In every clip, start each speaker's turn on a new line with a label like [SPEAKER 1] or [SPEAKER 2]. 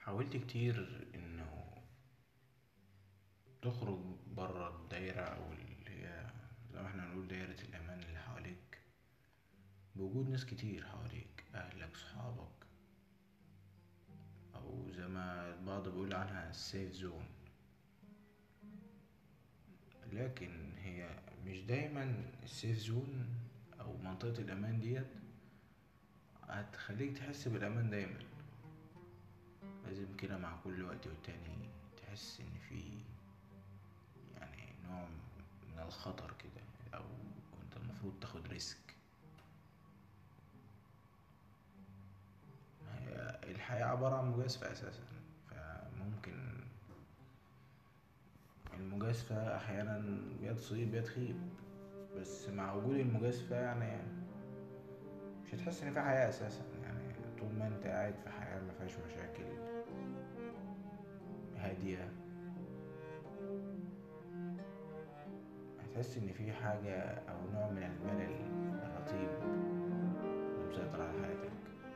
[SPEAKER 1] حاولت كتير انه تخرج برا الدايرة او اللي هي زي ما احنا بنقول دايرة الامان اللي حواليك، بوجود ناس كتير حواليك، اهلك، صحابك، او زي ما البعض بيقول عنها السيف زون. لكن هي مش دايما السيف زون او منطقة الامان ديت هتخليك تحس بالامان دايما. لازم كده مع كل وقت والتاني تحس ان في يعني نوع من الخطر كده، او انت المفروض تاخد ريسك. هي الحياة عبارة عن مجازفة اساسا، فممكن المجازفة احيانا يا تصيب يا تخيب، بس مع وجود المجازفة يعني مش هتحس ان في حياة اساسا. يعني طول ما انت قاعد في حياة ما فيهاش مشاكل، هادية، هتحس ان في حاجة او نوع من الملل الرطيب اللي مسيطر على حياتك.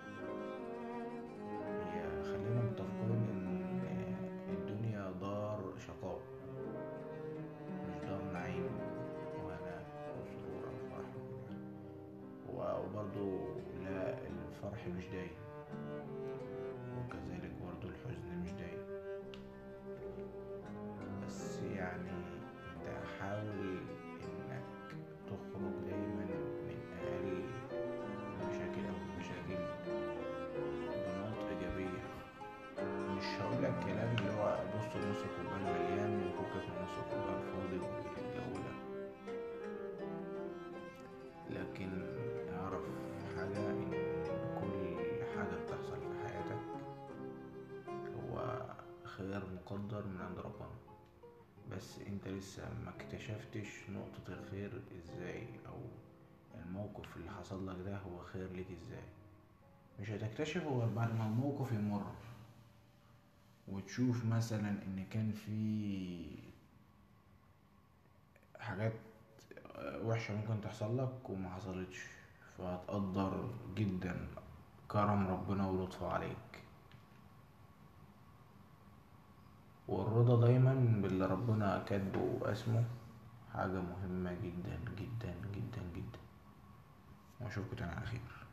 [SPEAKER 1] هي خلينا متفقين ان الدنيا دار شقاء، مش دار نعيم وهناء وسرور او فرح وكده. وبرضو لا، الفرح مش دايم، وكذلك برضو الحزن مش دايم. بس يعني انت حاول انك تخرج دايما من اقل المشاكل او المشاكل بنقط ايجابية. مش هقولك كلام اللي هو بص لنص الكوباية المليان وفكك من نص الكوباية الفاضي والجو ده، لكن اعرف حاجة، ان كل حاجة بتحصل في حياتك هو خير مقدر من عند ربنا. بس انت لسه ما اكتشفتش نقطة الخير ازاي، او الموقف اللي حصل لك ده هو خير ليك ازاي. مش هتكتشفه غير بعد ما الموقف يمر، وتشوف مثلا ان كان في حاجات وحشة ممكن تحصل لك وما حصلتش، فهتقدر جدا كرم ربنا ولطفه عليك. والرضا دايما باللي ربنا كاتبه واسمه حاجة مهمة جدا جدا جدا جدا. واشوفكم تاني على خير.